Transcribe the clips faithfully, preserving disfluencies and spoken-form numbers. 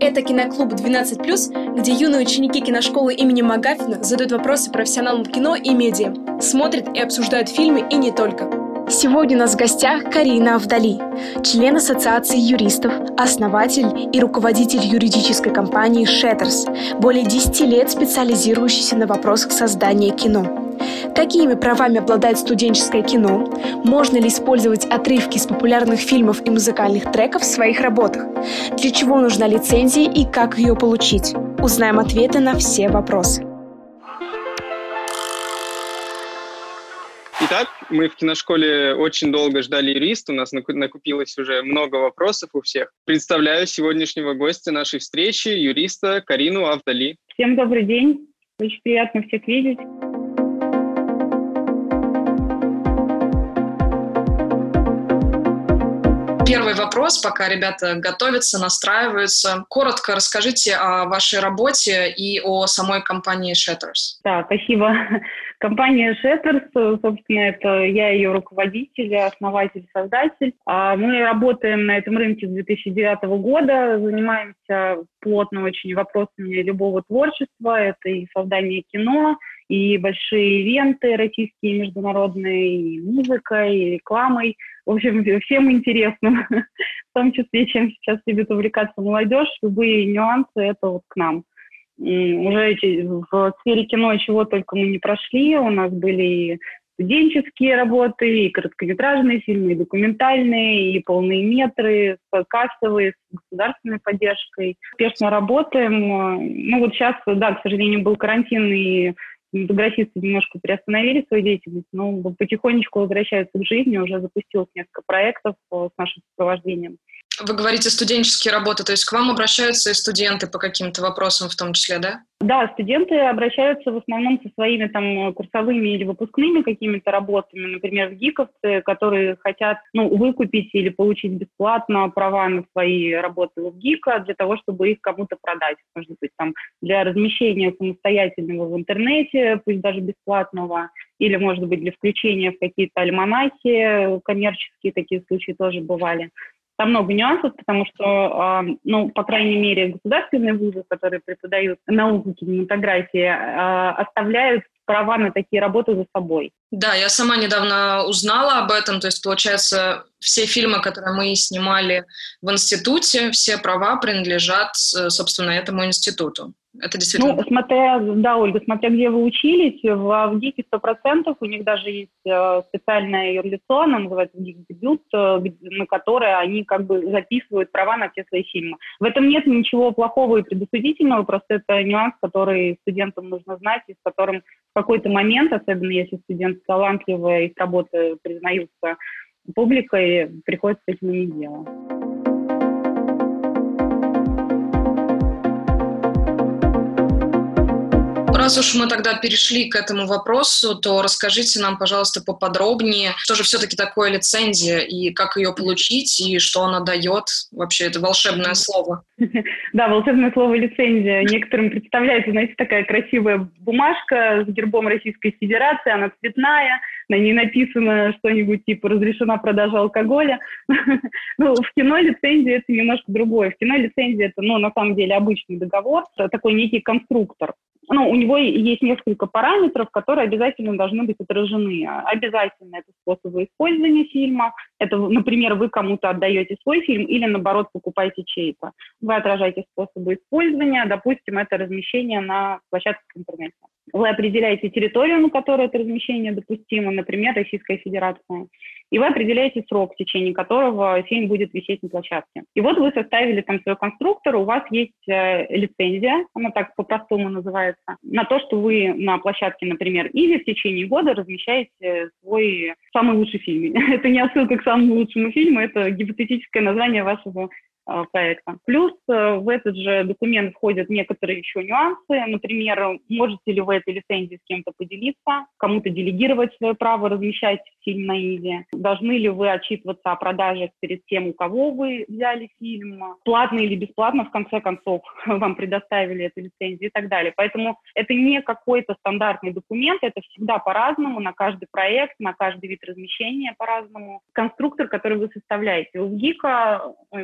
Это киноклуб двенадцать плюс, где юные ученики киношколы имени Магафина задают вопросы профессионалам кино и медиа, смотрят и обсуждают фильмы и не только. Сегодня у нас в гостях Карина Авдали, член Ассоциации юристов, основатель и руководитель юридической компании «Шеттерс», более десяти лет специализирующийся на вопросах создания кино. Какими правами обладает студенческое кино? Можно ли использовать отрывки из популярных фильмов и музыкальных треков в своих работах? Для чего нужна лицензия и как ее получить? Узнаем ответы на все вопросы. Итак, мы в киношколе очень долго ждали юриста, у нас накопилось уже много вопросов у всех. Представляю сегодняшнего гостя нашей встречи, юриста Карину Авдали. Всем добрый день, очень приятно всех видеть. Первый вопрос, пока ребята готовятся, настраиваются. Коротко расскажите о вашей работе и о самой компании «Шеттерс». Да, спасибо. Компания «Шеттерс», собственно, это я ее руководитель, основатель, создатель. Мы работаем на этом рынке с две тысячи девятого года, занимаемся плотно очень вопросами любого творчества. Это и создание кино, и большие ивенты российские, международные, и музыка, и рекламой. В общем, всем интересным, в том числе, чем сейчас любит увлекаться молодежь. Любые нюансы — это вот к нам. Уже в сфере кино чего только мы не прошли. У нас были и студенческие работы, и короткометражные фильмы, и документальные, и полные метры, кассовые, с государственной поддержкой. Успешно работаем. Ну вот сейчас, да, к сожалению, был карантин, и кинематографисты немножко приостановили свою деятельность, но потихонечку возвращаются к жизни, уже запустилось несколько проектов с нашим сопровождением. Вы говорите студенческие работы, то есть к вам обращаются и студенты по каким-то вопросам в том числе, да? Да, студенты обращаются в основном со своими там курсовыми или выпускными какими-то работами, например, в ГИКовцы, которые хотят ну, выкупить или получить бесплатно права на свои работы в ГИКа для того, чтобы их кому-то продать, может быть, там для размещения самостоятельного в интернете, пусть даже бесплатного, или, может быть, для включения в какие-то альманахи коммерческие, такие случаи тоже бывали. Там много нюансов, потому что, ну, по крайней мере, государственные вузы, которые преподают науку кинематографии, оставляют права на такие работы за собой. Да, я сама недавно узнала об этом, то есть, получается, все фильмы, которые мы снимали в институте, все права принадлежат, собственно, этому институту. Это действительно... Ну, смотря, да, Ольга, смотря где вы учились, в, в ГИКе сто процентов у них даже есть э, специальное юрлицо, оно называется ГИК-дебют, э, на которое они как бы записывают права на все свои фильмы. В этом нет ничего плохого и предосудительного, просто это нюанс, который студентам нужно знать, и с которым в какой-то момент, особенно если студент талантливый, их работы признаются публикой, приходится с этим иметь дело. Раз уж мы тогда перешли к этому вопросу, то расскажите нам, пожалуйста, поподробнее, что же все-таки такое лицензия и как ее получить, и что она дает. Вообще, это волшебное слово. Да, волшебное слово «лицензия». Некоторым представляется, знаете, такая красивая бумажка с гербом Российской Федерации, она цветная, на ней написано что-нибудь типа «разрешена продажа алкоголя». Ну, в кино лицензия — это немножко другое. В кино лицензия — это, ну, на самом деле, обычный договор, такой некий конструктор. Ну, у него есть несколько параметров, которые обязательно должны быть отражены. Обязательно это способы использования фильма. Это, например, вы кому-то отдаете свой фильм или, наоборот, покупаете чей-то. Вы отражаете способы использования, допустим, это размещение на площадках интернета. Вы определяете территорию, на которой это размещение допустимо, например, Российская Федерация. И вы определяете срок, в течение которого фильм будет висеть на площадке. И вот вы составили там свой конструктор, у вас есть э, лицензия, она так по-простому называется, на то, что вы на площадке, например, Иви в течение года размещаете свой самый лучший фильм. Это не отсылка к самому лучшему фильму, это гипотетическое название вашего проекта. Плюс в этот же документ входят некоторые еще нюансы. Например, можете ли вы этой лицензией с кем-то поделиться, кому-то делегировать свое право размещать фильм на Иви. Должны ли вы отчитываться о продажах перед тем, у кого вы взяли фильм, платно или бесплатно, в конце концов, вам предоставили эту лицензию и так далее. Поэтому это не какой-то стандартный документ, это всегда по-разному, на каждый проект, на каждый вид размещения по-разному. Конструктор, который вы составляете. У ГИКа, возвращаясь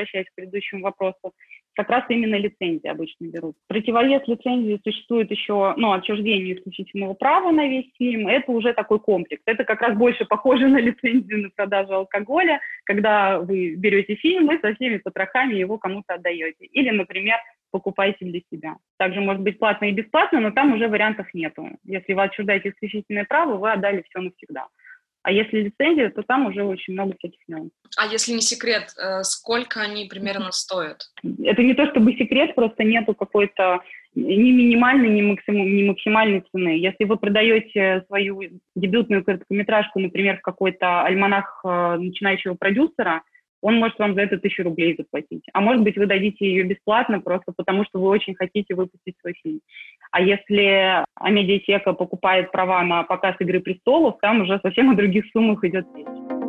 возвращаясь к предыдущему вопросу, как раз именно лицензии обычно берут. Противовес лицензии существует еще, ну, отчуждение исключительного права на весь фильм. Это уже такой комплекс. Это как раз больше похоже на лицензию на продажу алкоголя, когда вы берете фильм и со всеми потрохами его кому-то отдаете. Или, например, покупаете для себя. Также может быть платно и бесплатно, но там уже вариантов нету. Если вы отчуждаете исключительное право, вы отдали все навсегда. А если лицензия, то там уже очень много всяких нюансов. А если не секрет, сколько они примерно стоят? Это не то чтобы секрет, просто нету какой-то ни минимальной, ни, максим, ни максимальной цены. Если вы продаете свою дебютную короткометражку, например, в какой-то альманах начинающего продюсера, он может вам за это тысячу рублей заплатить. А может быть, вы дадите ее бесплатно просто потому, что вы очень хотите выпустить свой фильм. А если Амедиатека покупает права на показ «Игры престолов», там уже совсем о других суммах идет речь.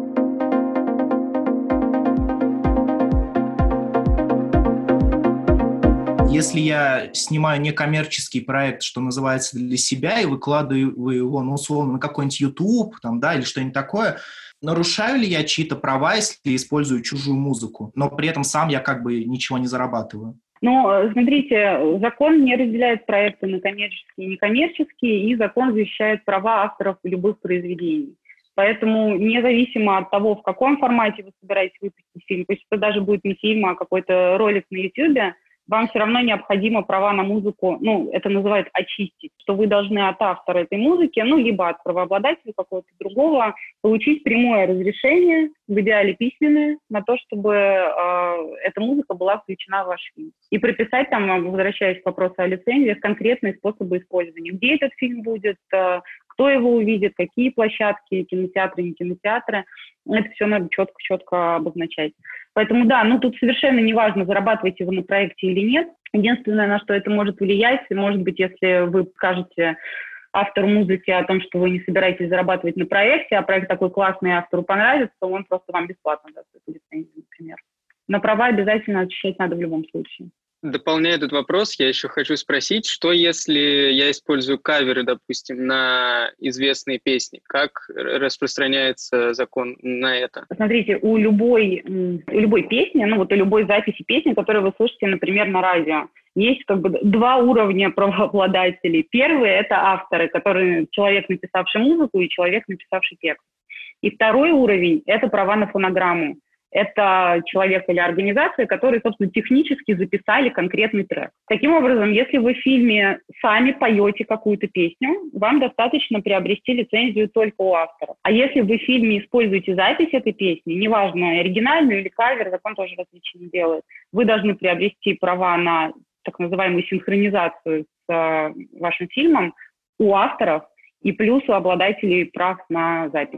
Если я снимаю некоммерческий проект, что называется, для себя, и выкладываю его, ну, условно, на какой-нибудь YouTube, там, да, или что-нибудь такое, нарушаю ли я чьи-то права, если использую чужую музыку, но при этом сам я как бы ничего не зарабатываю? Ну, смотрите, закон не разделяет проекты на коммерческие и некоммерческие, и закон защищает права авторов любых произведений. Поэтому независимо от того, в каком формате вы собираетесь выпустить фильм, пусть это даже будет не фильм, а какой-то ролик на YouTube, вам все равно необходимо права на музыку, ну, это называют очистить, что вы должны от автора этой музыки, ну, либо от правообладателя какого-то другого, получить прямое разрешение, в идеале письменное, на то, чтобы э, эта музыка была включена в ваш фильм. И прописать там, возвращаясь к вопросу о лицензиях, конкретные способы использования. Где этот фильм будет, э, кто его увидит, какие площадки, кинотеатры, не кинотеатры. Это все надо четко-четко обозначать. Поэтому да, ну тут совершенно неважно, зарабатываете вы на проекте или нет. Единственное, на что это может влиять, может быть, если вы скажете автору музыки о том, что вы не собираетесь зарабатывать на проекте, а проект такой классный, автору понравится, он просто вам бесплатно даст эту лицензию, например. Но права обязательно очищать надо в любом случае. Дополняя этот вопрос, я еще хочу спросить, что если я использую каверы, допустим, на известные песни? Как распространяется закон на это? Смотрите, у любой, у любой песни, ну вот у любой записи песни, которую вы слышите, например, на радио, есть как бы два уровня правообладателей. Первый – это авторы, которые человек, написавший музыку, и человек, написавший текст. И второй уровень – это права на фонограмму. Это человек или организация, которые, собственно, технически записали конкретный трек. Таким образом, если вы в фильме сами поете какую-то песню, вам достаточно приобрести лицензию только у автора. А если вы в фильме используете запись этой песни, неважно, оригинальную или кавер, закон тоже различия не делает, вы должны приобрести права на так называемую синхронизацию с э, вашим фильмом у авторов и плюс у обладателей прав на запись.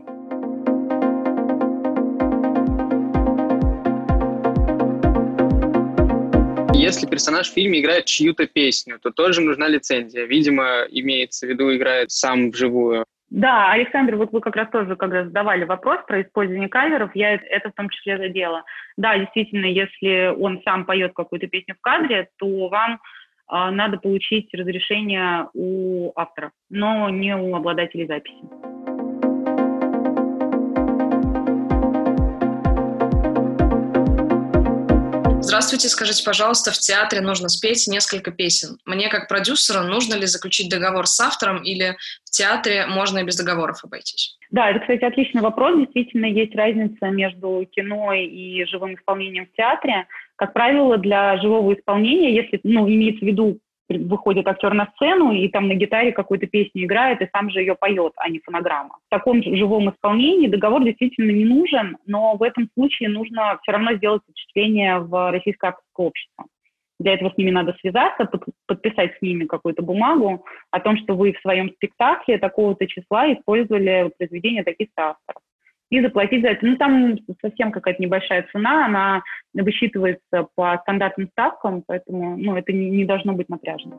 Если персонаж в фильме играет чью-то песню, то тоже нужна лицензия. Видимо, имеется в виду, играет сам вживую. Да, Александр, вот вы как раз тоже когда задавали вопрос про использование каверов, я это в том числе задела. Да, действительно, если он сам поет какую-то песню в кадре, то вам э, надо получить разрешение у автора, но не у обладателей записи. Здравствуйте, скажите, пожалуйста, в театре нужно спеть несколько песен. Мне, как продюсеру, нужно ли заключить договор с автором или в театре можно и без договоров обойтись? Да, это, кстати, отличный вопрос. Действительно, есть разница между кино и живым исполнением в театре. Как правило, для живого исполнения, если, ну, имеется в виду, выходит актер на сцену и там на гитаре какую-то песню играет и сам же ее поет, а не фонограмма. В таком живом исполнении договор действительно не нужен, но в этом случае нужно все равно сделать зачисление в Российское авторское общество. Для этого с ними надо связаться, под, подписать с ними какую-то бумагу о том, что вы в своем спектакле такого-то числа использовали произведение таких-то авторов. И заплатить за это. Ну, там совсем какая-то небольшая цена, она высчитывается по стандартным ставкам, поэтому, ну, это не, не должно быть напряжно.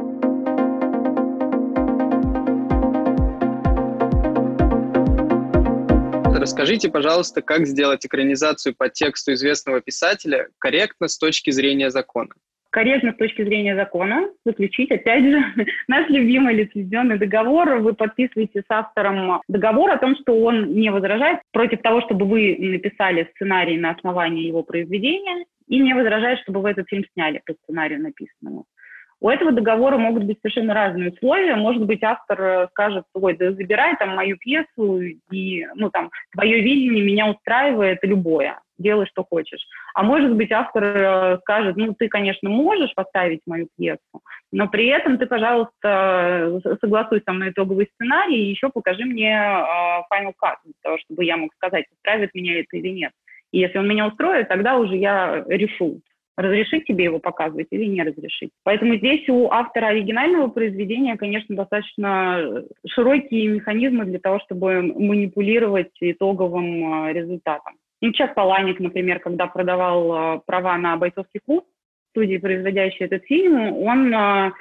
Расскажите, пожалуйста, как сделать экранизацию по тексту известного писателя корректно с точки зрения закона? Корректно с точки зрения закона заключить, опять же, наш любимый лицензионный договор. Вы подписываете с автором договор о том, что он не возражает против того, чтобы вы написали сценарий на основании его произведения, и не возражает, чтобы вы этот фильм сняли по сценарию написанному. У этого договора могут быть совершенно разные условия. Может быть, автор скажет: ой, да забирай там мою пьесу, и, ну, там, твое видение меня устраивает любое, делай, что хочешь. А может быть, автор скажет: ну, ты, конечно, можешь поставить мою пьесу, но при этом ты, пожалуйста, согласуй со мной итоговый сценарий и еще покажи мне uh, final cut, для того, чтобы я мог сказать, устраивает меня это или нет. И если он меня устроит, тогда уже я решу, разрешить тебе его показывать или не разрешить. Поэтому здесь у автора оригинального произведения, конечно, достаточно широкие механизмы для того, чтобы манипулировать итоговым результатом. Ну, Чак Паланик, например, когда продавал права на «Бойцовский клуб», студии, производящей этот фильм, он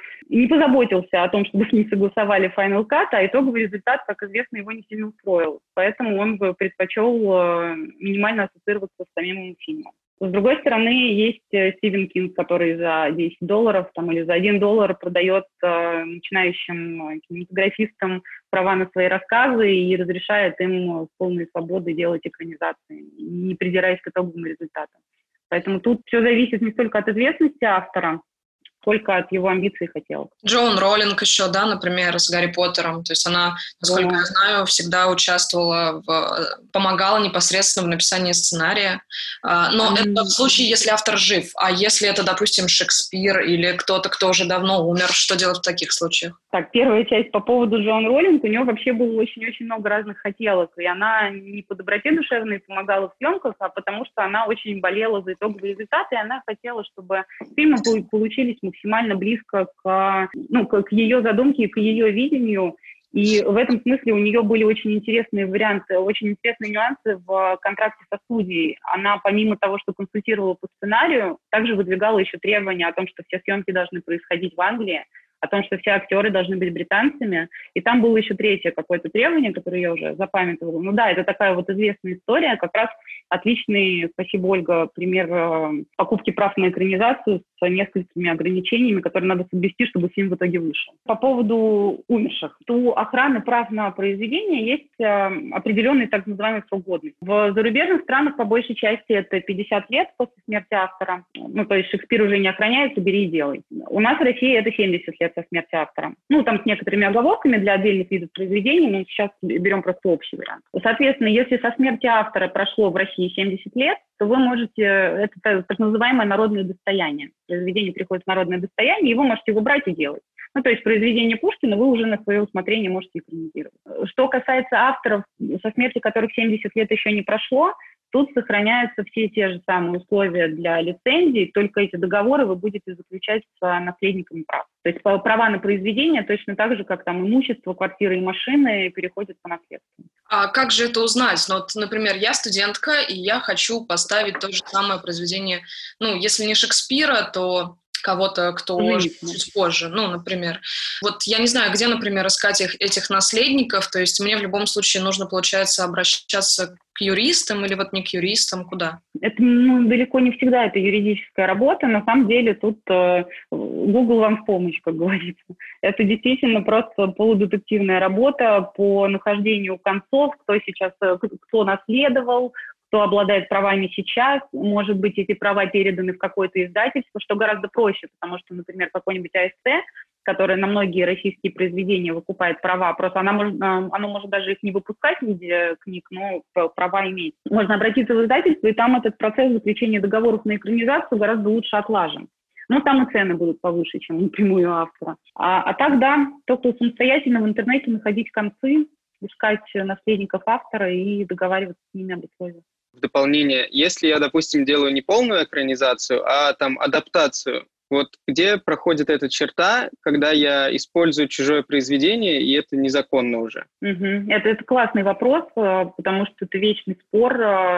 не позаботился о том, чтобы с ним согласовали Final Cut, а итоговый результат, как известно, его не сильно устроил. Поэтому он бы предпочел минимально ассоциироваться с самим фильмом. С другой стороны, есть Стивен Кинг, который за десять долларов там, или за один доллар продает э, начинающим кинематографистам права на свои рассказы и разрешает им с полной свободой делать экранизации, не придираясь к итоговым результатам. Поэтому тут все зависит не столько от известности автора, сколько от его амбиций и хотелок. Джоан Роулинг еще, да, например, с Гарри Поттером. То есть она, насколько Да. я знаю, всегда участвовала, в, помогала непосредственно в написании сценария. Но mm-hmm. это в случае, если автор жив. А если это, допустим, Шекспир или кто-то, кто уже давно умер, что делать в таких случаях? Так, первая часть по поводу Джоан Роулинг. У нее вообще было очень-очень много разных хотелок. И она не по доброте душевной помогала в съемках, а потому что она очень болела за итоговый результат, и она хотела, чтобы фильмы получились максимально близко к, ну, к ее задумке и к ее видению. И в этом смысле у нее были очень интересные варианты, очень интересные нюансы в контракте со студией. Она, помимо того, что консультировала по сценарию, также выдвигала еще требования о том, что все съемки должны происходить в Англии, о том, что все актеры должны быть британцами. И там было еще третье какое-то требование, которое я уже запамятовала. Ну да, это такая вот известная история, как раз отличный, спасибо, Ольга, пример э, покупки прав на экранизацию с несколькими ограничениями, которые надо соблюсти, чтобы фильм в итоге вышел. По поводу умерших. У охраны прав на произведение есть э, определенный так называемый срок годности. В зарубежных странах по большей части это пятьдесят лет после смерти автора. Ну, то есть Шекспир уже не охраняется, бери и делай. У нас в России это семьдесят лет со смерти автора. Ну, там с некоторыми оговорками для отдельных видов произведений, но сейчас берем просто общий вариант. Соответственно, если со смерти автора прошло в России семьдесят лет, то вы можете, это так называемое народное достояние. Произведение приходит в народное достояние, и вы можете его брать и делать. Ну, то есть произведение Пушкина вы уже на свое усмотрение можете экранизировать. Что касается авторов, со смерти которых семьдесят лет еще не прошло, тут сохраняются все те же самые условия для лицензий, только эти договоры вы будете заключать с наследниками прав. То есть права на произведение точно так же, как там имущество, квартиры и машины переходят по наследству. А как же это узнать? Ну, вот, например, я студентка, и я хочу поставить то же самое произведение, ну, если не Шекспира, то кого-то, кто Конечно. чуть позже, ну, например. Вот я не знаю, где, например, искать их, этих наследников, то есть мне в любом случае нужно, получается, обращаться к юристам или вот не к юристам, куда? Это, ну, далеко не всегда это юридическая работа, на самом деле тут э, Google вам в помощь, как говорится. Это действительно просто полудетективная работа по нахождению концов, кто сейчас, кто наследовал, кто обладает правами сейчас, может быть, эти права переданы в какое-то издательство, что гораздо проще, потому что, например, какой-нибудь А Эс Тэ, которое на многие российские произведения выкупает права, просто она может, оно может даже их не выпускать в виде книг, но права иметь. Можно обратиться в издательство, и там этот процесс заключения договоров на экранизацию гораздо лучше отлажен. Но там и цены будут повыше, чем напрямую у автора. А, а так, да, только самостоятельно в интернете находить концы, искать наследников автора и договариваться с ними об условиях. В дополнение, если я, допустим, делаю не полную экранизацию, а там адаптацию, вот где проходит эта черта, когда я использую чужое произведение, и это незаконно уже? Угу. Это, это классный вопрос, потому что это вечный спор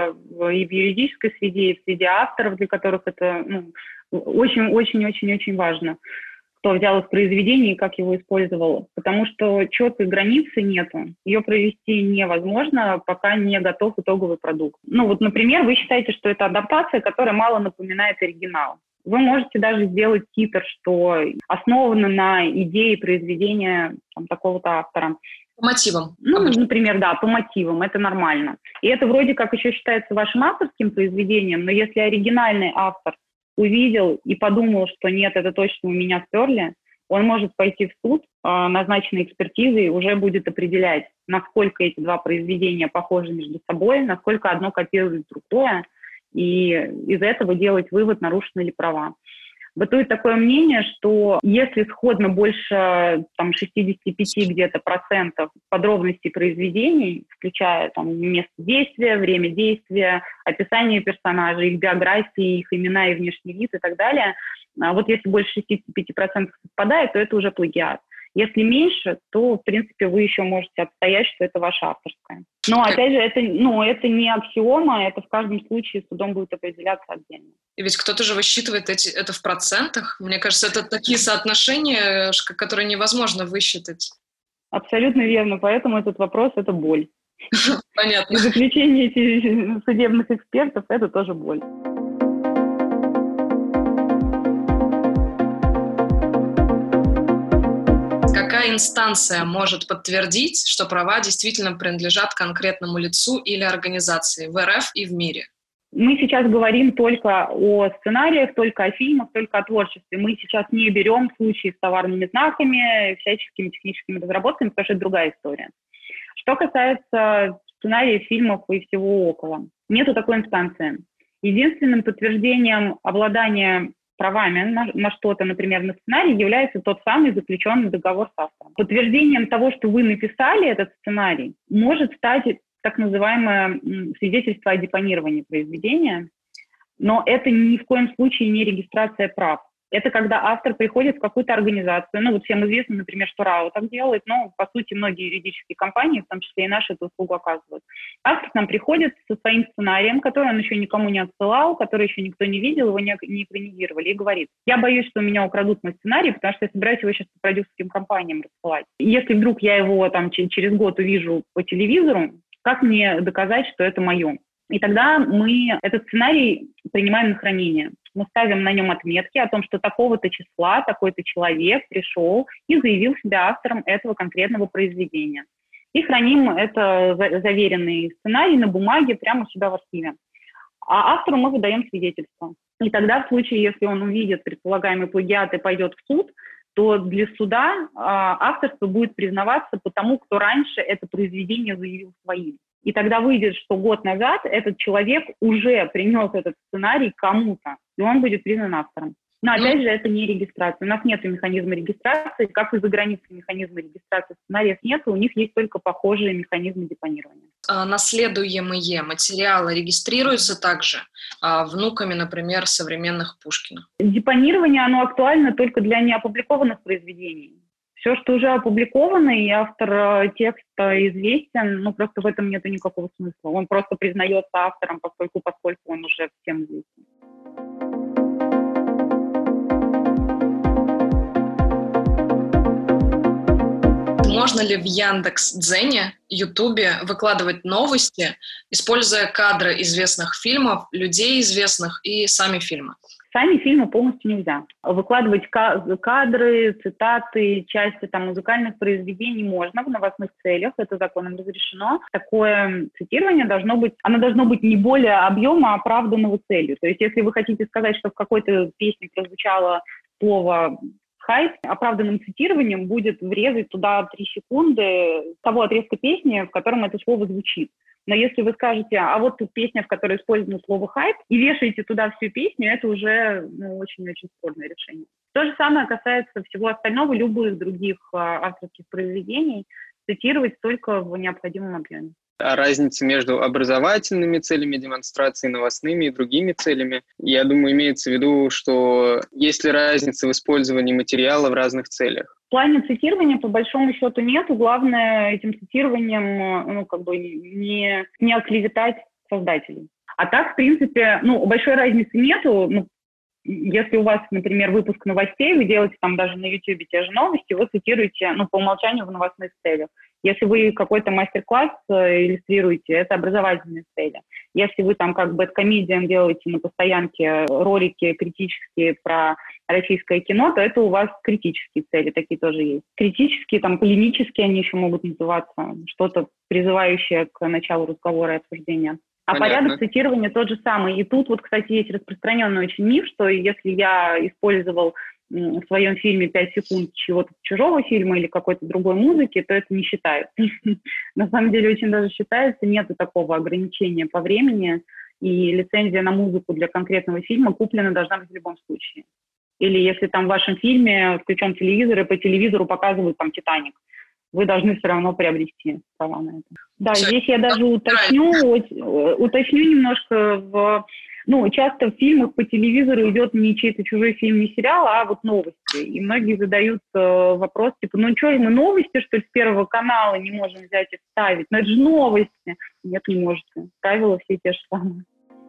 и в юридической среде, и в среде авторов, для которых это ну, очень-очень-очень-очень важно, кто взял из произведения и как его использовал. Потому что четкой границы нету. Ее провести невозможно, пока не готов итоговый продукт. Ну вот, например, вы считаете, что это адаптация, которая мало напоминает оригинал. Вы можете даже сделать титр, что основано на идее произведения там, такого-то автора. По мотивам. Ну, обычно. например, да, по мотивам, это нормально. И это вроде как еще считается вашим авторским произведением, но если оригинальный автор увидел и подумал, что нет, это точно у меня сперли, он может пойти в суд, назначенной экспертизой уже будет определять, насколько эти два произведения похожи между собой, насколько одно копирует другое, и из этого делать вывод, нарушены ли права. Бытует такое мнение, что если сходно больше там, шестьдесят пять где-то процентов подробностей произведений, включая там, место действия, время действия, описание персонажей, их биографии, их имена и внешний вид и так далее, вот если больше шестьдесят пять процентов совпадает, то это уже плагиат. Если меньше, то, в принципе, вы еще можете отстоять, что это ваше авторское. Но, опять же, это, ну, это не аксиома, это в каждом случае судом будет определяться отдельно. И ведь кто-то же высчитывает эти, это в процентах. Мне кажется, это такие соотношения, которые невозможно высчитать. Абсолютно верно, поэтому этот вопрос – это боль. Понятно. И заключение этих судебных экспертов – это тоже боль. Какая инстанция может подтвердить, что права действительно принадлежат конкретному лицу или организации в эр эф и в мире? Мы сейчас говорим только о сценариях, только о фильмах, только о творчестве. Мы сейчас не берем случаи с товарными знаками, всяческими техническими разработками, потому что это другая история. Что касается сценариев, фильмов и всего около, нету такой инстанции. Единственным подтверждением обладания правами на, на что-то, например, на сценарий, является тот самый заключенный договор с автором. Подтверждением того, что вы написали этот сценарий, может стать так называемое свидетельство о депонировании произведения, но это ни в коем случае не регистрация прав. Это когда автор приходит в какую-то организацию, ну вот всем известно, например, что РАО так делает, но по сути многие юридические компании, в том числе и наши, эту услугу оказывают. Автор к нам приходит со своим сценарием, который он еще никому не отсылал, который еще никто не видел, его не, не экранизировали, и говорит: я боюсь, что у меня украдут мой сценарий, потому что я собираюсь его сейчас по продюсерским компаниям рассылать. И если вдруг я его там через год увижу по телевизору, как мне доказать, что это мое? И тогда мы этот сценарий принимаем на хранение. Мы ставим на нем отметки о том, что такого-то числа такой-то человек пришел и заявил себя автором этого конкретного произведения. И храним это заверенный сценарий на бумаге прямо у себя в архиве. А автору мы выдаем свидетельство. И тогда в случае, если он увидит предполагаемый плагиат и пойдет в суд, то для суда а, авторство будет признаваться по тому, кто раньше это произведение заявил своим. И тогда выйдет, что год назад этот человек уже принес этот сценарий кому-то, и он будет признан автором. Но опять же, это не регистрация. У нас нет механизма регистрации, как и за границей механизма регистрации сценариев нет, у них есть только похожие механизмы депонирования. А наследуемые материалы регистрируются также а, внуками, например, современных Пушкина? Депонирование, оно актуально только для неопубликованных произведений. Все, что уже опубликовано, и автор текста известен, ну, просто в этом нет никакого смысла. Он просто признается автором, поскольку, поскольку он уже всем известен. Можно ли в Яндекс.Дзене, Ютубе выкладывать новости, используя кадры известных фильмов, людей известных и сами фильмы? Сами фильмы полностью нельзя. Выкладывать кадры, цитаты, части там, музыкальных произведений можно в новостных целях, это законом разрешено. Такое цитирование должно быть, оно должно быть не более объема оправданного целью. То есть если вы хотите сказать, что в какой-то песне прозвучало слово «хайп», оправданным цитированием будет врезать туда три секунды того отрезка песни, в котором это слово звучит. Но если вы скажете, а вот тут песня, в которой использовано слово «хайп», и вешаете туда всю песню, это уже ну, очень-очень спорное решение. То же самое касается всего остального, любых других а, авторских произведений, цитировать только в необходимом объеме. О разнице между образовательными целями демонстрации, новостными и другими целями. Я думаю, имеется в виду, что есть ли разница в использовании материала в разных целях? В плане цитирования, по большому счету, нету. Главное этим цитированием ну, как бы не, не оклеветать создателей. А так, в принципе, ну, большой разницы нету. Ну, если у вас, например, выпуск новостей, вы делаете там даже на YouTube те же новости, вы цитируете ну, по умолчанию в новостных целях. Если вы какой-то мастер-класс иллюстрируете, это образовательные цели. Если вы там как бэдкомедиан делаете на постоянке ролики критические про российское кино, то это у вас критические цели, такие тоже есть. Критические, там, полемические они еще могут называться, что-то призывающее к началу разговора и обсуждения. А Понятно. Порядок цитирования тот же самый. И тут вот, кстати, есть распространенный очень миф, что если я использовал в своем фильме пять секунд чего-то чужого фильма или какой-то другой музыки, то это не считается. На самом деле очень даже считается, нету такого ограничения по времени, и лицензия на музыку для конкретного фильма куплена должна быть в любом случае. Или если там в вашем фильме включен телевизор, и по телевизору показывают там «Титаник», вы должны все равно приобрести права на это. Да, все. Здесь я даже уточню, уточню немножко в... Ну, часто в фильмах по телевизору идет не чей-то чужой фильм, не сериал, а вот новости. И многие задают э, вопрос, типа, ну что, мы новости, что ли, с Первого канала не можем взять и вставить? Ну это же новости. Нет, не можете. Правила все те же самые.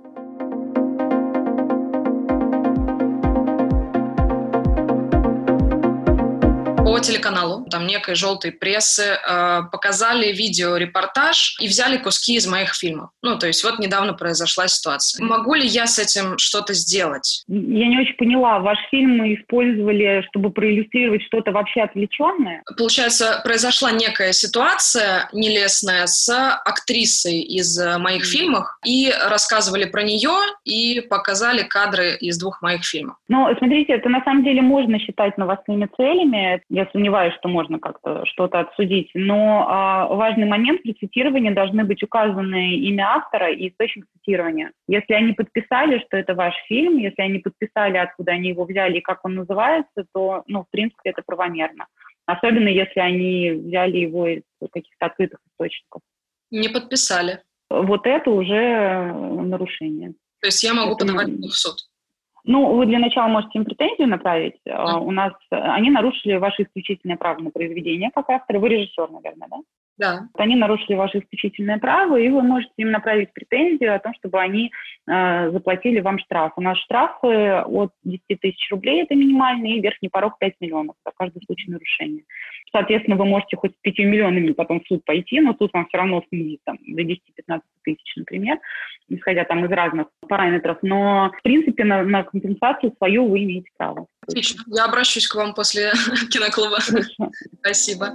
По телеканалу, там некой желтой прессы, э, показали видеорепортаж и взяли куски из моих фильмов. Ну, то есть вот недавно произошла ситуация. Могу ли я с этим что-то сделать? Я не очень поняла. Ваш фильм мы использовали, чтобы проиллюстрировать что-то вообще отвлеченное? Получается, произошла некая ситуация нелестная с актрисой из моих mm-hmm. фильмов, и рассказывали про нее, и показали кадры из двух моих фильмов. Ну, смотрите, это на самом деле можно считать новостными целями. Я сомневаюсь, что можно как-то что-то отсудить, но а, важный момент: при цитировании должны быть указаны имя автора и источник цитирования. Если они подписали, что это ваш фильм, если они подписали, откуда они его взяли и как он называется, то, ну, в принципе, это правомерно. Особенно, если они взяли его из каких-то открытых источников. Не подписали. Вот это уже нарушение. То есть я могу это подавать мы... в суд? Ну, вы для начала можете им претензию направить. Mm. У нас они нарушили ваше исключительное право на произведение как авторы. Вы режиссер, наверное, да? Да. Они нарушили ваше исключительное право, и вы можете им направить претензию о том, чтобы они э, заплатили вам штраф. У нас штрафы от десяти тысяч рублей, это минимальный, и верхний порог пять миллионов за каждый случай нарушения. Соответственно, вы можете хоть с пятью миллионами потом в суд пойти, но тут вам все равно снизит там, до десяти-пятнадцати тысяч, например, исходя там из разных параметров. Но, в принципе, на, на компенсацию свою вы имеете право. Отлично. Я обращусь к вам после киноклуба. Хорошо. Спасибо.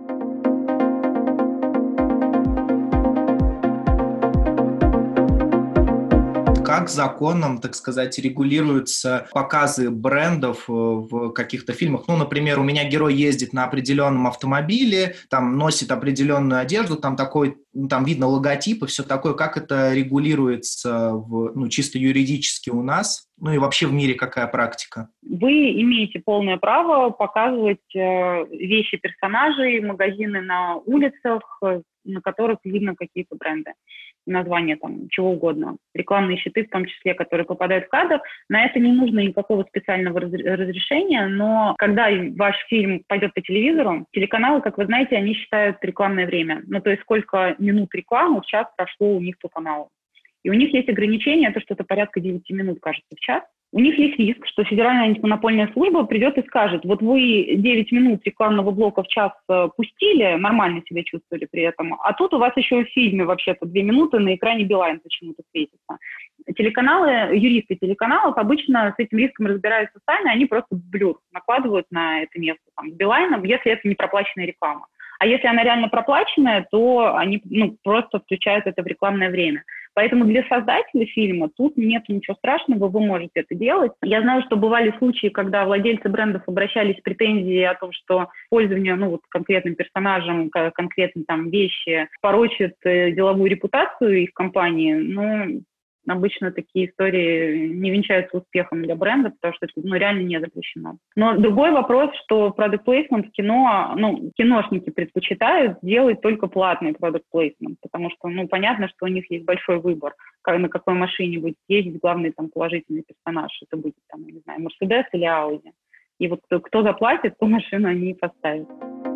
Как законом, так сказать, регулируются показы брендов в каких-то фильмах? Ну, например, у меня герой ездит на определенном автомобиле, там носит определенную одежду, там такой, там видно логотип и все такое. Как это регулируется в, ну, чисто юридически у нас? Ну и вообще в мире какая практика? Вы имеете полное право показывать э, вещи персонажей, магазины на улицах, на которых видно какие-то бренды. Название там чего угодно, рекламные щиты в том числе, которые попадают в кадр. На это не нужно никакого специального разрешения, но когда ваш фильм пойдет по телевизору, телеканалы, как вы знаете, они считают рекламное время. Ну, то есть сколько минут рекламы в час прошло у них по каналу. И у них есть ограничение, это что-то порядка девяти минут, кажется, в час. У них есть риск, что Федеральная антимонопольная служба придет и скажет: вот вы девять минут рекламного блока в час пустили, нормально себя чувствовали при этом, а тут у вас еще в фильме вообще-то две минуты на экране Билайн почему-то светится. Телеканалы, юристы телеканалов обычно с этим риском разбираются сами, они просто блюр накладывают на это место там, с Билайном, если это не проплаченная реклама. А если она реально проплаченная, то они ну, просто включают это в рекламное время. Поэтому для создателя фильма тут нет ничего страшного, вы можете это делать. Я знаю, что бывали случаи, когда владельцы брендов обращались с претензией о том, что пользование ну, вот, конкретным персонажем, конкретной там, вещи порочит деловую репутацию их компании. Но обычно такие истории не венчаются успехом для бренда, потому что это ну, реально не запрещено. Но другой вопрос, что product placement в кино, ну, киношники предпочитают делать только платный product placement, потому что, ну, понятно, что у них есть большой выбор, как, на какой машине будет ездить главный там положительный персонаж. Это будет, там, не знаю, Mercedes или Audi. И вот кто, кто заплатит, ту машину они и поставят.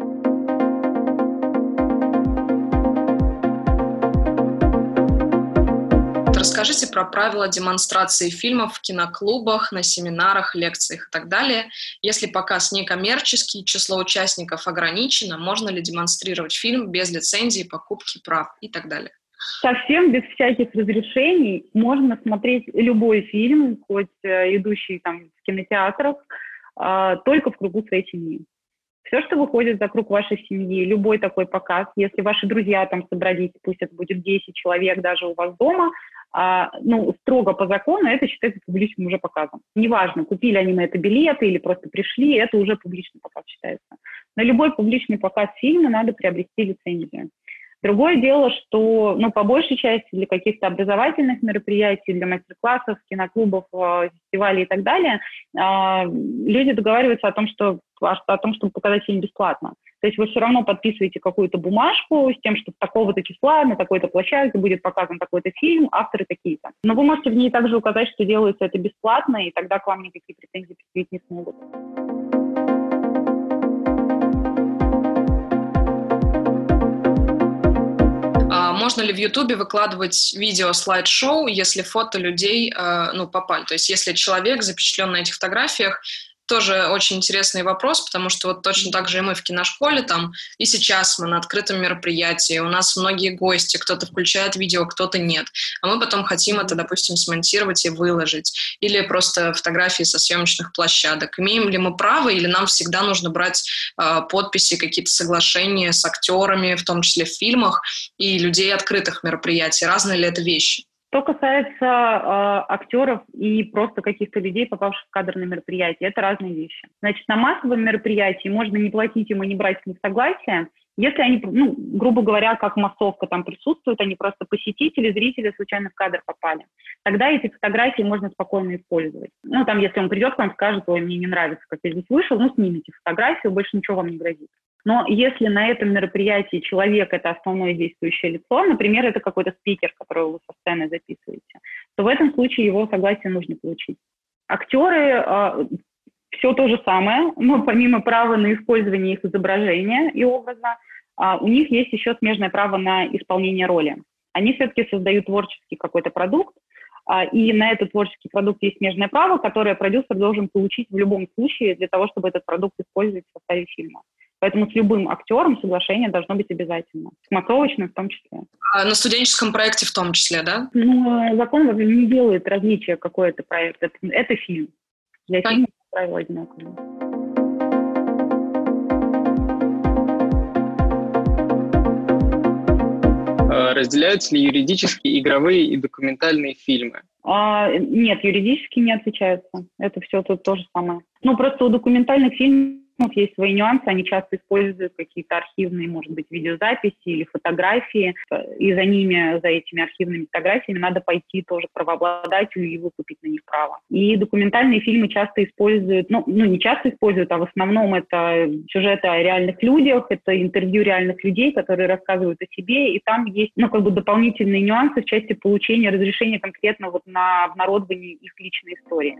Расскажите про правила демонстрации фильмов в киноклубах, на семинарах, лекциях и так далее. Если показ некоммерческий, число участников ограничено, можно ли демонстрировать фильм без лицензии, покупки прав и так далее? Совсем без всяких разрешений можно смотреть любой фильм, хоть идущий там в кинотеатрах. э, только в кругу своей семьи. Все, что выходит за круг вашей семьи, любой такой показ, если ваши друзья там собрались, пусть это будет десять человек даже у вас дома, а, ну, строго по закону это считается публичным уже показом. Неважно, купили они на это билеты или просто пришли, это уже публичный показ считается. На любой публичный показ фильма надо приобрести лицензию. Другое дело, что, ну, по большей части для каких-то образовательных мероприятий, для мастер-классов, киноклубов, фестивалей и так далее, люди договариваются о том, что, о том, чтобы показать фильм бесплатно. То есть вы все равно подписываете какую-то бумажку с тем, что с такого-то числа на такой-то площадке будет показан такой-то фильм, авторы такие-то. Но вы можете в ней также указать, что делается это бесплатно, и тогда к вам никакие претензии предъявить не смогут. Можно ли в Ютубе выкладывать видео слайд-шоу, если фото людей э, ну, попали? То есть если человек запечатлен на этих фотографиях, тоже очень интересный вопрос, потому что вот точно так же и мы в киношколе там, и сейчас мы на открытом мероприятии, у нас многие гости, кто-то включает видео, кто-то нет, а мы потом хотим это, допустим, смонтировать и выложить, или просто фотографии со съемочных площадок. Имеем ли мы право, или нам всегда нужно брать э, подписи, какие-то соглашения с актерами, в том числе в фильмах, и людей открытых мероприятий? Разные ли это вещи? Что касается э, актеров и просто каких-то людей, попавших в кадр на мероприятии, это разные вещи. Значит, на массовом мероприятии можно не платить им и не брать с них согласия, если они, ну, грубо говоря, как массовка там присутствуют, они просто посетители, зрители случайно в кадр попали. Тогда эти фотографии можно спокойно использовать. Ну, там, если он придет к вам, скажет: ой, мне не нравится, как я здесь вышел, ну, снимите фотографию, больше ничего вам не грозит. Но если на этом мероприятии человек – это основное действующее лицо, например, это какой-то спикер, которого вы со сцены записываете, то в этом случае его согласие нужно получить. Актеры э, – все то же самое, но помимо права на использование их изображения и образа, э, у них есть еще смежное право на исполнение роли. Они все-таки создают творческий какой-то продукт, э, и на этот творческий продукт есть смежное право, которое продюсер должен получить в любом случае для того, чтобы этот продукт использовать в составе фильма. Поэтому с любым актером соглашение должно быть обязательно, с массовочным в том числе. А на студенческом проекте в том числе, да? Ну, закон вообще не делает различия, какой это проект. Это, это фильм. Для фильма, как правило, одинаково. Разделяются ли юридические, игровые и документальные фильмы? А, нет, юридически не отличаются. Это все тут то же самое. Ну, просто у документальных фильмов есть свои нюансы, они часто используют какие-то архивные, может быть, видеозаписи или фотографии, и за ними, за этими архивными фотографиями надо пойти тоже к правообладателю и выкупить на них право. И документальные фильмы часто используют, ну, ну не часто используют, а в основном это сюжеты о реальных людях, это интервью реальных людей, которые рассказывают о себе, и там есть, ну, как бы дополнительные нюансы в части получения разрешения конкретно вот на обнародование их личной истории.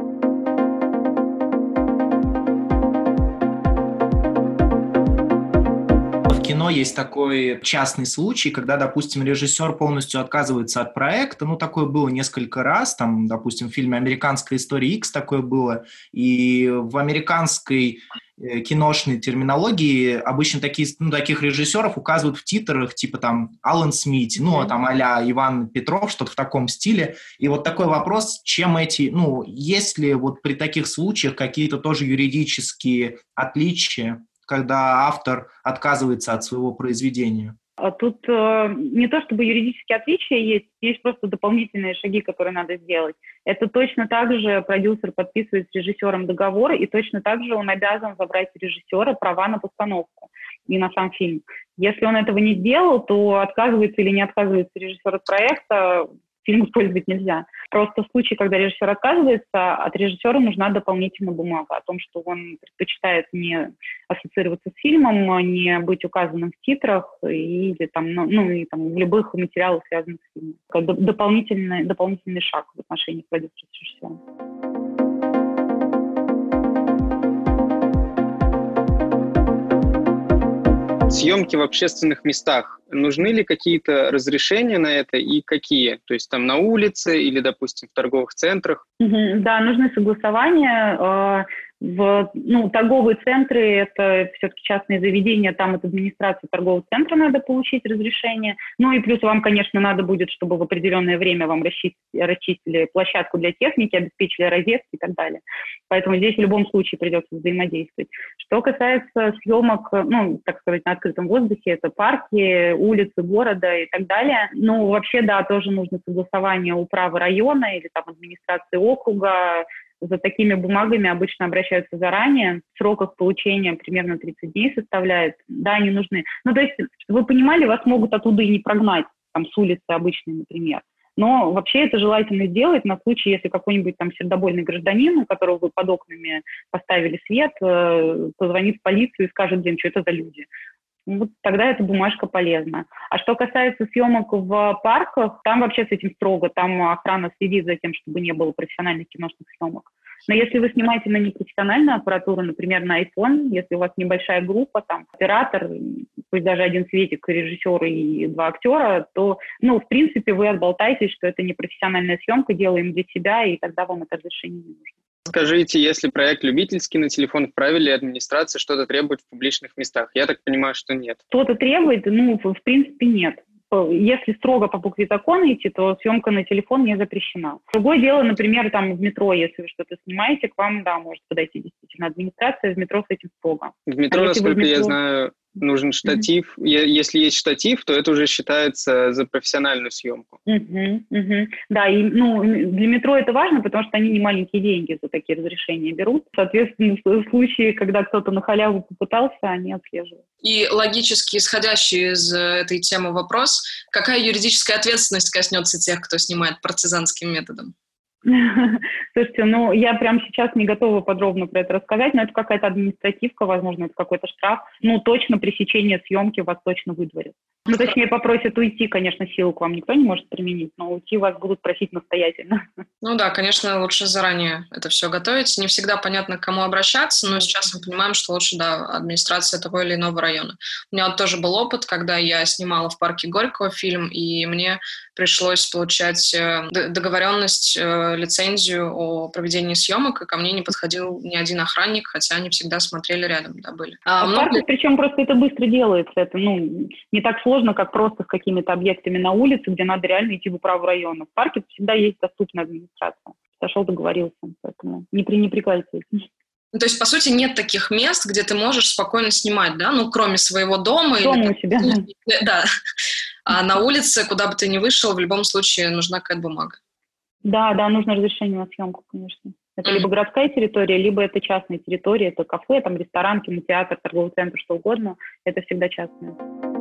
В кино есть такой частный случай, когда, допустим, режиссер полностью отказывается от проекта. Ну, такое было несколько раз. Там, допустим, в фильме «Американская история Икс» такое было. И в американской киношной терминологии обычно такие, ну, таких режиссеров указывают в титрах, типа там Алан Смит, ну, там а-ля Иван Петров, что-то в таком стиле. И вот такой вопрос, чем эти, ну, есть ли вот при таких случаях какие-то тоже юридические отличия, когда автор отказывается от своего произведения? Тут э, не то чтобы юридические отличия есть, есть просто дополнительные шаги, которые надо сделать. Это точно так же продюсер подписывает с режиссером договор, и точно так же он обязан забрать у режиссера права на постановку и на сам фильм. Если он этого не сделал, то отказывается или не отказывается режиссер от проекта, фильм использовать нельзя. Просто в случае, когда режиссер отказывается, от режиссера нужна дополнительная бумага о том, что он предпочитает не ассоциироваться с фильмом, не быть указанным в титрах или там, ну, ну и там в любых материалах, связанных с фильмом. Как дополнительный, дополнительный шаг в отношении продюсера с режиссером. Съемки в общественных местах. Нужны ли какие-то разрешения на это и какие? То есть там на улице или, допустим, в торговых центрах? Mm-hmm. Да, нужны согласования. В, ну, торговые центры – это все-таки частные заведения, там от администрации торгового центра надо получить разрешение. Ну и плюс вам, конечно, надо будет, чтобы в определенное время вам расчистили, расчистили площадку для техники, обеспечили розетки и так далее. Поэтому здесь в любом случае придется взаимодействовать. Что касается съемок, ну, так сказать, на открытом воздухе, это парки, улицы города и так далее. Ну, вообще, да, тоже нужно согласование управы района или там администрации округа. За такими бумагами обычно обращаются заранее. Срок их получения примерно тридцать дней составляет. Да, они нужны. Ну, то есть, чтобы вы понимали, вас могут оттуда и не прогнать, там, с улицы обычной, например. Но вообще это желательно сделать на случай, если какой-нибудь там сердобольный гражданин, у которого вы под окнами поставили свет, позвонит в полицию и скажет: блин, что это за люди? Вот тогда эта бумажка полезна. А что касается съемок в парках, там вообще с этим строго. Там охрана следит за тем, чтобы не было профессиональных киношных съемок. Но если вы снимаете на непрофессиональную аппаратуру, например, на iPhone, если у вас небольшая группа, там, оператор, пусть даже один светик, режиссер и два актера, то, ну, в принципе, вы отболтаетесь, что это непрофессиональная съемка, делаем для себя, и тогда вам это разрешение не нужно. Скажите, если проект любительский на телефон, вправе ли администрация что-то требовать в публичных местах? Я так понимаю, что нет. Что-то требует? Ну, в принципе, нет. Если строго по букве закона идти, то съемка на телефон не запрещена. Другое дело, например, там в метро, если вы что-то снимаете, к вам, да, может подойти действительно администрация, в метро с этим строго. В метро, а насколько метро... я знаю, нужен штатив. Mm-hmm. Если есть штатив, то это уже считается за профессиональную съемку. Mm-hmm. Mm-hmm. Да, и ну, для метро это важно, потому что они не маленькие деньги за такие разрешения берут. Соответственно, в случае, когда кто-то на халяву попытался, они отслеживают. И логически исходящий из этой темы вопрос: какая юридическая ответственность коснется тех, кто снимает партизанским методом? Слушайте, ну, я прямо сейчас не готова подробно про это рассказать, но это какая-то административка, возможно, это какой-то штраф. Ну, точно пресечение съемки вас точно выдворят. Ну, точнее, попросят уйти, конечно, силу к вам никто не может применить, но уйти вас будут просить настоятельно. Ну да, конечно, лучше заранее это все готовить. Не всегда понятно, к кому обращаться, но сейчас мы понимаем, что лучше, да, администрация того или иного района. У меня вот тоже был опыт, когда я снимала в парке Горького фильм, и мне пришлось получать договоренность, лицензию о проведении съемок, и ко мне не подходил ни один охранник, хотя они всегда смотрели рядом, да, были. А, а много... в парке, причем просто это быстро делается, это, ну, не так сложно, как просто с какими-то объектами на улице, где надо реально идти в управу района. В парке всегда есть доступная администрация. Сошел, договорился, поэтому не пренебрегайте. Ну, то есть, по сути, нет таких мест, где ты можешь спокойно снимать, да, ну, кроме своего дома. Дома или... у себя. Да. А на улице, куда бы ты ни вышел, в любом случае нужна какая-то бумага. Да, да, нужно разрешение на съемку, конечно. Это mm-hmm. либо городская территория, либо это частная территория, это кафе, там ресторан, кинотеатр, торговый центр, что угодно. Это всегда частное.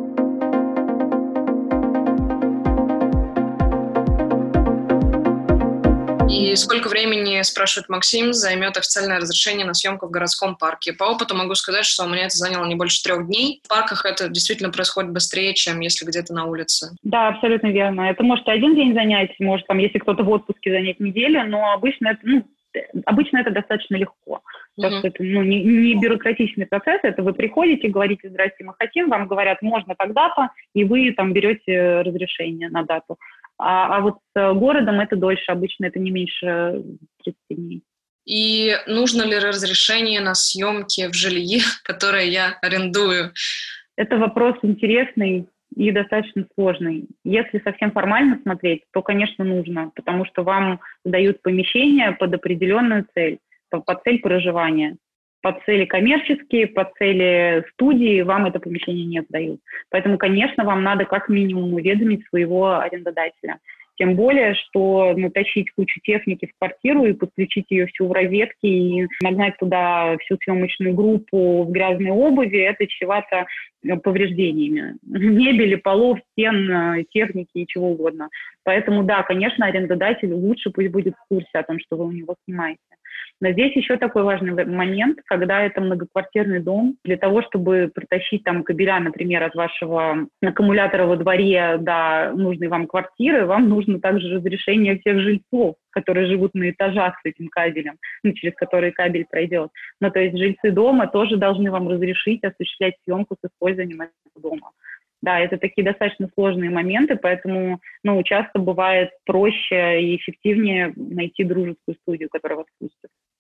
И сколько времени, спрашивает Максим, займет официальное разрешение на съемку в городском парке? По опыту могу сказать, что у меня это заняло не больше трех дней. В парках это действительно происходит быстрее, чем если где-то на улице. Да, абсолютно верно. Это может один день занять, может, там, если кто-то в отпуске, занять неделю, но обычно это, ну, обычно это достаточно легко. Потому mm-hmm. что это ну, не, не бюрократичный процесс, это вы приходите, говорите: здрасте, мы хотим, вам говорят, можно тогда-то, и вы там берете разрешение на дату. А, а вот с городом это дольше, обычно это не меньше тридцати дней. И нужно ли разрешение на съемки в жилье, которое я арендую? Это вопрос интересный и достаточно сложный. Если совсем формально смотреть, то, конечно, нужно, потому что вам сдают помещение под определенную цель, под цель проживания. Под цели коммерческие, под цели студии вам это помещение не сдают. Поэтому, конечно, вам надо как минимум уведомить своего арендодателя. Тем более, что натащить кучу техники в квартиру и подключить ее всю в розетки и нагнать туда всю съемочную группу в грязной обуви, это чревато повреждениями мебели, полов, стен, техники и чего угодно. Поэтому, да, конечно, арендодатель лучше пусть будет в курсе о том, что вы у него снимаете. Но здесь еще такой важный момент, когда это многоквартирный дом. Для того, чтобы протащить там кабеля, например, от вашего аккумулятора во дворе до нужной вам квартиры, вам нужно также разрешение всех жильцов, которые живут на этажах с этим кабелем, ну, через который кабель пройдет. Ну, то есть жильцы дома тоже должны вам разрешить осуществлять съемку с использованием этого дома. Да, это такие достаточно сложные моменты, поэтому, ну, часто бывает проще и эффективнее найти дружескую студию, которая вас пустит.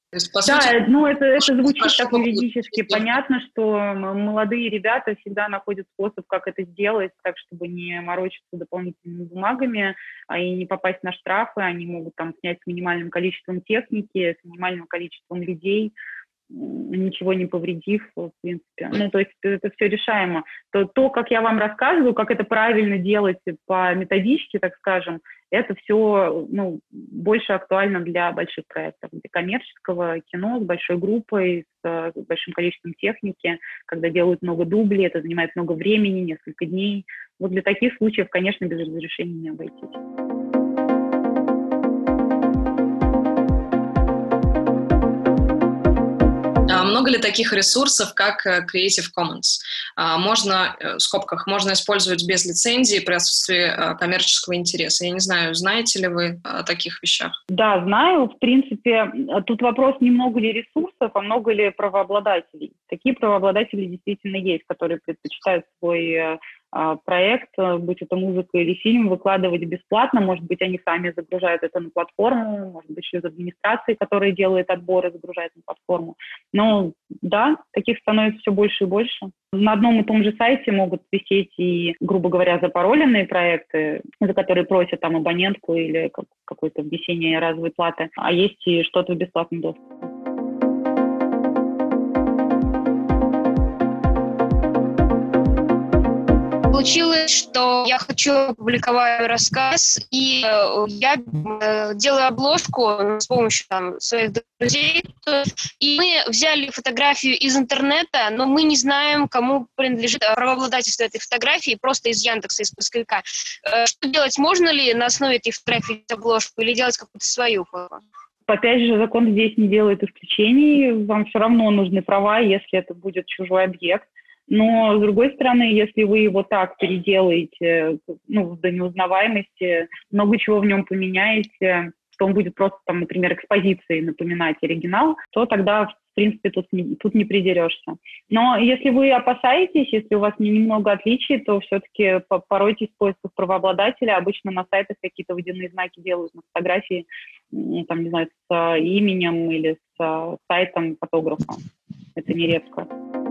То есть, по Да, сути, ну это, это звучит хорошо так юридически понятно, что м- молодые ребята всегда находят способ, как это сделать, так, чтобы не морочиться дополнительными бумагами, а и не попасть на штрафы. Они могут там снять с минимальным количеством техники, с минимальным количеством людей, м, ничего не повредив, в принципе. Ну, то есть это все решаемо. То, то, как я вам рассказываю, как это правильно делать по методичке, так скажем, это все, ну, больше актуально для больших проектов, для коммерческого кино с большой группой, с, с большим количеством техники, когда делают много дублей, это занимает много времени, несколько дней. Вот для таких случаев, конечно, без разрешения не обойтись. Много ли таких ресурсов, как Creative Commons? Можно, в скобках, можно использовать без лицензии при отсутствии коммерческого интереса. Я не знаю, знаете ли вы о таких вещах? Да, знаю. В принципе, тут вопрос не много ли ресурсов, а много ли правообладателей. Такие правообладатели действительно есть, которые предпочитают свой проект, будь это музыка или фильм, выкладывать бесплатно. Может быть, они сами загружают это на платформу, может быть, через администрации, которая делает отборы, загружает на платформу. Но да, таких становится все больше и больше. На одном и том же сайте могут висеть и, грубо говоря, запароленные проекты, за которые просят там абонентку или какое-то внесение разовой платы, а есть и что-то в бесплатном доступе. Получилось, что я хочу опубликовать рассказ, и э, я э, делаю обложку с помощью там, своих друзей, и мы взяли фотографию из интернета, но мы не знаем, кому принадлежит правообладательство этой фотографии, просто из Яндекса, из поисковика. Э, что делать? Можно ли на основе этой фотографии делать обложку или делать какую-то свою фото? Опять же, закон здесь не делает исключений, вам все равно нужны права, если это будет чужой объект. Но, с другой стороны, если вы его так переделаете, ну, до неузнаваемости, много чего в нем поменяете, что он будет просто, там, например, экспозицией напоминать оригинал, то тогда, в принципе, тут не, тут не придерешься. Но если вы опасаетесь, если у вас немного отличий, то все-таки поройтесь в поисках правообладателя. Обычно на сайтах какие-то водяные знаки делают на фотографии, там, не знаю, с именем или с сайтом фотографа. Это нередко.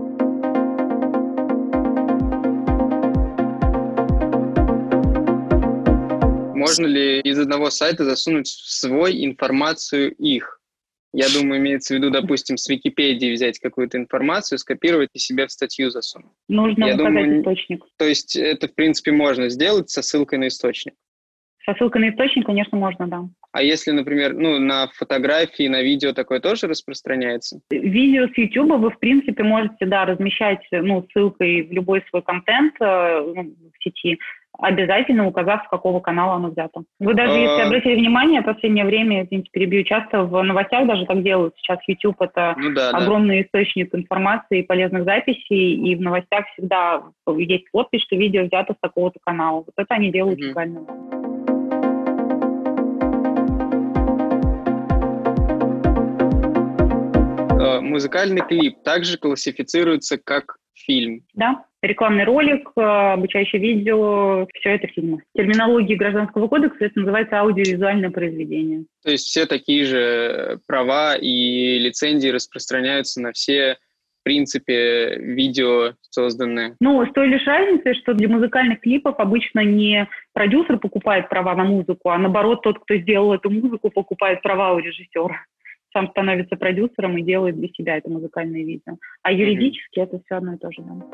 Можно ли из одного сайта засунуть в свой информацию их? Я думаю, имеется в виду, допустим, с Википедии взять какую-то информацию, скопировать и себе в статью засунуть. Нужно Я указать думаю, источник. То есть это, в принципе, можно сделать со ссылкой на источник? Со ссылкой на источник, конечно, можно, да. А если, например, ну, на фотографии, на видео такое тоже распространяется? Видео с YouTube вы, в принципе, можете, да, размещать, ну, ссылкой в любой свой контент э, ну, в сети, обязательно указав, с какого канала оно взято. Вы даже, если обратили внимание, в последнее время, извините, перебью, часто в новостях даже так делают. Сейчас YouTube — это ну, да, огромный да. источник информации и полезных записей, и в новостях всегда есть подпись, что видео взято с такого-то канала. Вот это они делают легально. Mm-hmm. Музыкальный клип также классифицируется как фильм. Да, рекламный ролик, обучающее видео, все это фильмы. В терминологии Гражданского кодекса это называется аудиовизуальное произведение. То есть все такие же права и лицензии распространяются на все, в принципе, видео созданные? Ну, с той лишь разницей, что для музыкальных клипов обычно не продюсер покупает права на музыку, а наоборот, тот, кто сделал эту музыку, покупает права у режиссера. Сам становится продюсером и делает для себя это музыкальное видео. А юридически mm-hmm. это все одно и то же, да.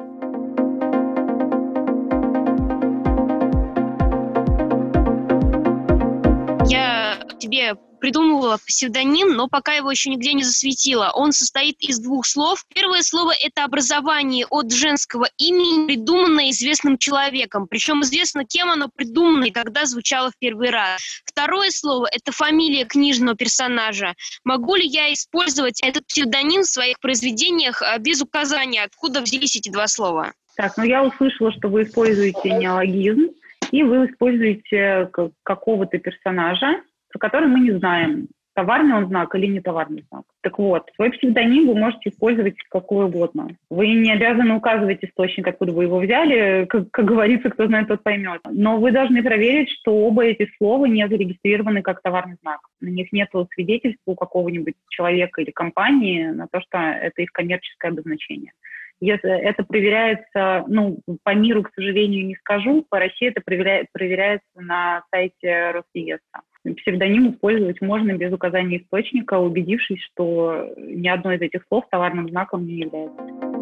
Я тебе придумывала псевдоним, но пока его еще нигде не засветила. Он состоит из двух слов. Первое слово – это образование от женского имени, придуманное известным человеком. Причем известно, кем оно придумано и когда звучало в первый раз. Второе слово – это фамилия книжного персонажа. Могу ли я использовать этот псевдоним в своих произведениях без указания, откуда взялись эти два слова? Так, ну я услышала, что вы используете неологизм, и вы используете какого-то персонажа, про который мы не знаем, товарный он знак или не товарный знак. Так вот, свой псевдоним вы можете использовать какой угодно. Вы не обязаны указывать источник, откуда вы его взяли, как, как говорится, кто знает, тот поймет. Но вы должны проверить, что оба эти слова не зарегистрированы как товарный знак. На них нет свидетельства у какого-нибудь человека или компании на то, что это их коммерческое обозначение. Если это проверяется, ну, по миру, к сожалению, не скажу, по России это проверяется, проверяется на сайте Росреестра. Псевдоним использовать можно без указания источника, убедившись, что ни одно из этих слов товарным знаком не является.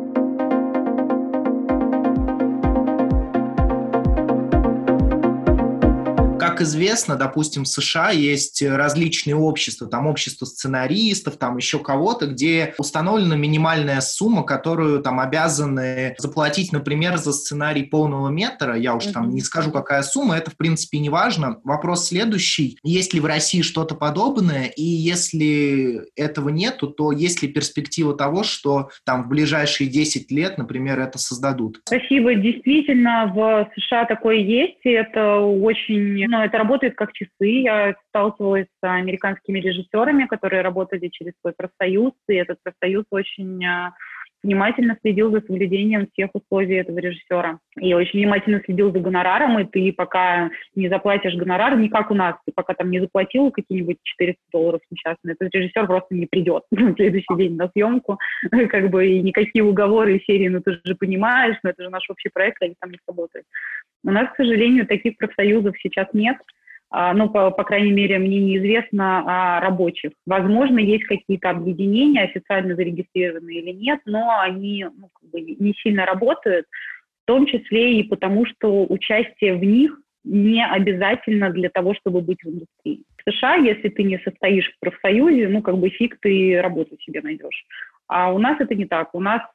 Как известно, допустим, в США есть различные общества, там общество сценаристов, там еще кого-то, где установлена минимальная сумма, которую там обязаны заплатить, например, за сценарий полного метра. Я уж там не скажу, какая сумма, это в принципе не важно. Вопрос следующий: есть ли в России что-то подобное, и если этого нету, то есть ли перспектива того, что там в ближайшие десять лет, например, это создадут? Спасибо. Действительно, в США такое есть, и это очень... Ну, это работает как часы. Я сталкивалась с американскими режиссерами, которые работали через свой профсоюз, и этот профсоюз очень внимательно следил за соблюдением всех условий этого режиссера. И очень внимательно следил за гонораром, и ты пока не заплатишь гонорар, не как у нас, ты пока там не заплатил какие-нибудь четыреста долларов несчастно, этот режиссер просто не придет на следующий день на съемку, как бы, и никакие уговоры и серии, ну ты же понимаешь, но это же наш общий проект, они там не сработают. У нас, к сожалению, таких профсоюзов сейчас нет. Ну, по, по крайней мере, мне неизвестно о рабочих. Возможно, есть какие-то объединения, официально зарегистрированные или нет, но они, ну, как бы не сильно работают, в том числе и потому, что участие в них не обязательно для того, чтобы быть в индустрии. В США, если ты не состоишь в профсоюзе, ну, как бы фиг ты работу себе найдешь. А у нас это не так. У нас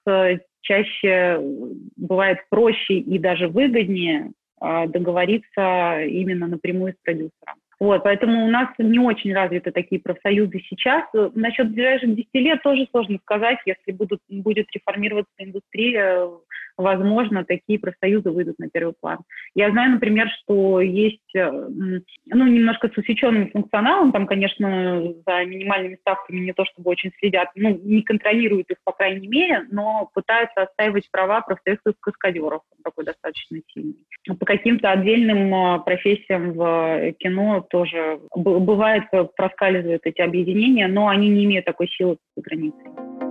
чаще бывает проще и даже выгоднее договориться именно напрямую с продюсером. Вот, поэтому у нас не очень развиты такие профсоюзы сейчас. Насчет ближайших десяти лет тоже сложно сказать. Если будут, будет реформироваться индустрия, возможно, такие профсоюзы выйдут на первый план. Я знаю, например, что есть, ну, немножко с усеченным функционалом, там, конечно, за минимальными ставками не то чтобы очень следят, ну, не контролируют их, по крайней мере, но пытаются отстаивать права профсоюзов каскадеров, такой достаточно сильный. По каким-то отдельным профессиям в кино тоже бывает, проскальзывают эти объединения, но они не имеют такой силы за границей.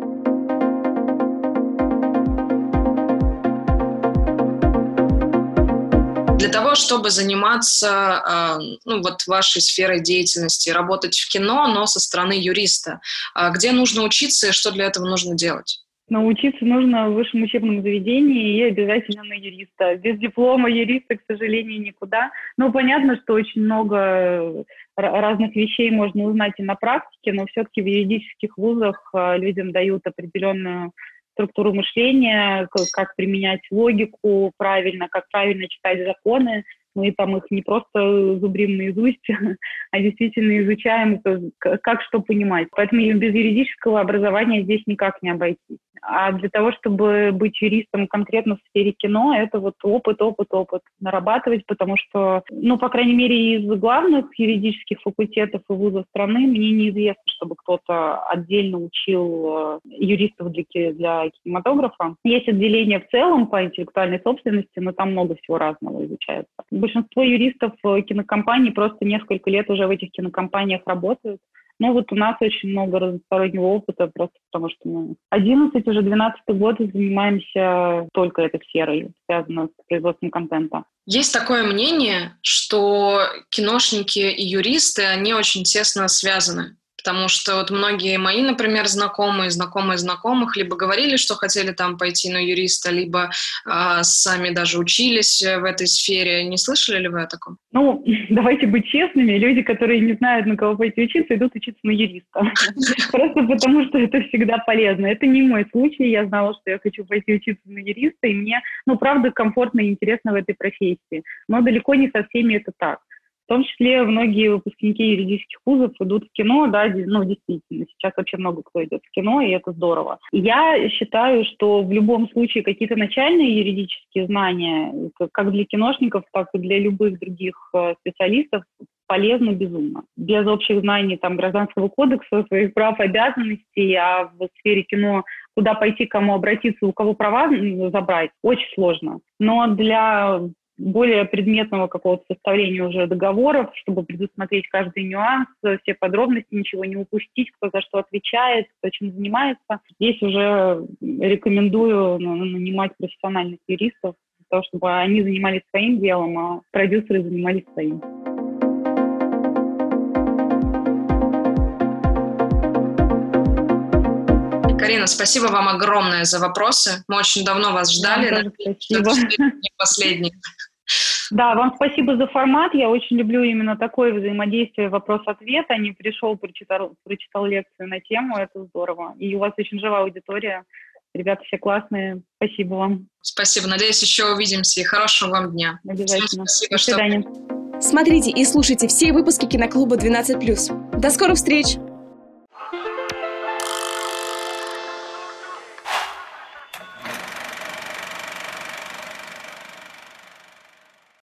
Для того, чтобы заниматься ну, вот вашей сферой деятельности, работать в кино, но со стороны юриста, где нужно учиться и что для этого нужно делать? Научиться нужно в высшем учебном заведении и обязательно на юриста. Без диплома юриста, к сожалению, никуда. Но понятно, что очень много разных вещей можно узнать и на практике, но все-таки в юридических вузах людям дают определенную структуру мышления, как применять логику правильно, как правильно читать законы. Мы там их не просто зубрим наизусть, а действительно изучаем, как что понимать. Поэтому без юридического образования здесь никак не обойтись. А для того, чтобы быть юристом конкретно в сфере кино, это вот опыт, опыт, опыт нарабатывать, потому что, ну, по крайней мере, из главных юридических факультетов и вузов страны мне неизвестно, чтобы кто-то отдельно учил юристов для, для кинематографа. Есть отделение в целом по интеллектуальной собственности, но там много всего разного изучается. Большинство юристов кинокомпаний просто несколько лет уже в этих кинокомпаниях работают. Ну вот у нас очень много разностороннего опыта, просто потому что мы одиннадцать, уже двенадцатый год занимаемся только этой сферой, связанной с производством контента. Есть такое мнение, что киношники и юристы, они очень тесно связаны. Потому что вот многие мои, например, знакомые, знакомые знакомых либо говорили, что хотели там пойти на юриста, либо э, сами даже учились в этой сфере. Не слышали ли вы о таком? Ну, давайте быть честными. Люди, которые не знают, на кого пойти учиться, идут учиться на юриста. Просто потому, что это всегда полезно. Это не мой случай. Я знала, что я хочу пойти учиться на юриста, и мне, ну, правда, комфортно и интересно в этой профессии. Но далеко не со всеми это так. В том числе многие выпускники юридических вузов идут в кино, да, ну, действительно, сейчас вообще много кто идет в кино, и это здорово. Я считаю, что в любом случае какие-то начальные юридические знания, как для киношников, так и для любых других специалистов, бесполезно, безумно. Без общих знаний там, Гражданского кодекса, своих прав и обязанностей, а в сфере кино куда пойти, к кому обратиться, у кого права забрать, очень сложно. Но для более предметного какого-то составления уже договоров, чтобы предусмотреть каждый нюанс, все подробности, ничего не упустить, кто за что отвечает, кто чем занимается. Здесь уже рекомендую нанимать профессиональных юристов, для того, чтобы они занимались своим делом, а продюсеры занимались своим. Карина, спасибо вам огромное за вопросы. Мы очень давно вас ждали. Вам тоже спасибо. Это не последний. Да, вам спасибо за формат. Я очень люблю именно такое взаимодействие, вопрос-ответ, а не пришел, прочитал, прочитал лекцию на тему. Это здорово. И у вас очень живая аудитория. Ребята все классные. Спасибо вам. Спасибо. Надеюсь, еще увидимся. И хорошего вам дня. Обязательно. Всем спасибо, До свидания. Что... Смотрите и слушайте все выпуски Киноклуба двенадцать плюс. До скорых встреч!